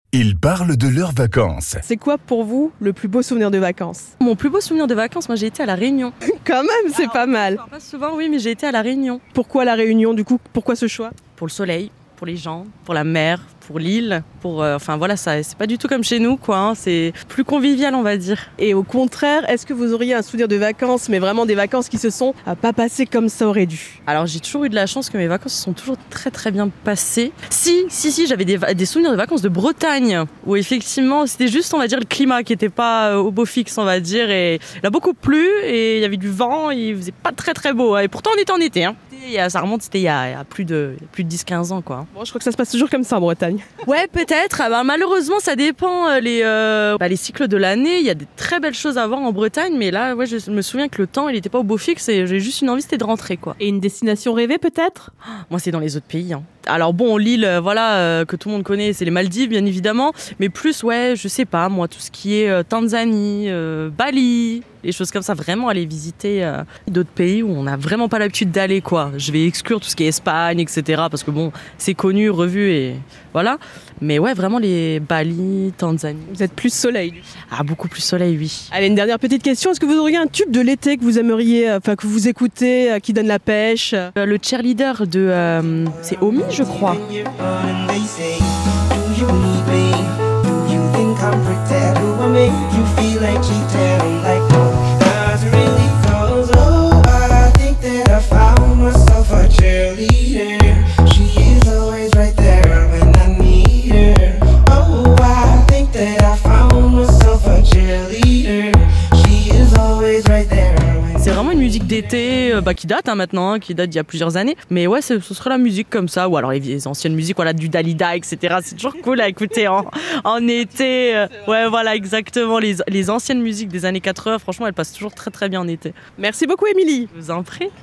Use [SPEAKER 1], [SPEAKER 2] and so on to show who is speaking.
[SPEAKER 1] Ils parlent de leurs vacances.
[SPEAKER 2] C'est quoi pour vous le plus beau souvenir de vacances?
[SPEAKER 3] Mon plus beau souvenir de vacances, moi j'ai été à La Réunion.
[SPEAKER 2] Quand même, c'est pas mal.
[SPEAKER 3] Pas souvent, oui, mais j'ai été à La Réunion.
[SPEAKER 2] Pourquoi la Réunion du coup? Pourquoi ce choix?
[SPEAKER 3] Pour le soleil, pour les gens, pour la mer, pour l'île, enfin voilà, ça, c'est pas du tout comme chez nous, quoi. C'est plus convivial, on va dire.
[SPEAKER 2] Et au contraire, est-ce que vous auriez un souvenir de vacances, mais vraiment des vacances qui se sont pas passées comme ça aurait dû?
[SPEAKER 3] Alors j'ai toujours eu de la chance que mes vacances se sont toujours très très bien passées. Si, j'avais des souvenirs de vacances de Bretagne, où effectivement c'était juste, on va dire, le climat qui était pas au beau fixe, on va dire, et il a beaucoup plu, et il y avait du vent, il faisait pas très très beau, et pourtant on était en été, hein. Ça remonte, c'était il y a plus de 10-15 ans, quoi.
[SPEAKER 2] Bon, je crois que ça se passe toujours comme ça en Bretagne.
[SPEAKER 3] Ouais, peut-être. Alors, malheureusement, ça dépend les cycles de l'année. Il y a des très belles choses à voir en Bretagne, mais là, ouais, je me souviens que le temps, il n'était pas au beau fixe et j'ai juste une envie, c'était de rentrer, quoi.
[SPEAKER 2] Et une destination rêvée peut-être?
[SPEAKER 3] Moi, c'est dans les autres pays, hein. Alors bon, l'île, que tout le monde connaît, c'est les Maldives, bien évidemment. Mais plus, ouais, je sais pas, moi, tout ce qui est Tanzanie, Bali, les choses comme ça, vraiment aller visiter d'autres pays où on n'a vraiment pas l'habitude d'aller, quoi. Je vais exclure tout ce qui est Espagne, etc. parce que bon, c'est connu, revu et voilà. Mais ouais, vraiment les Bali, Tanzanie.
[SPEAKER 2] Vous êtes plus soleil.
[SPEAKER 3] Ah, beaucoup plus soleil, oui.
[SPEAKER 2] Allez, une dernière petite question. Est-ce que vous auriez un tube de l'été que vous aimeriez, que vous écoutez, qui donne la pêche?
[SPEAKER 3] Le cheerleader de... c'est Omi, je crois. C'est vraiment une musique d'été qui date maintenant, qui date d'il y a plusieurs années. Mais ouais, ce serait la musique comme ça, ou alors les anciennes musiques, voilà, du Dalida, etc. C'est toujours cool à écouter en été. Ouais, voilà, exactement. Les anciennes musiques des années 80, franchement, elles passent toujours très très bien en été.
[SPEAKER 2] Merci beaucoup, Émilie.
[SPEAKER 3] Je vous en prie.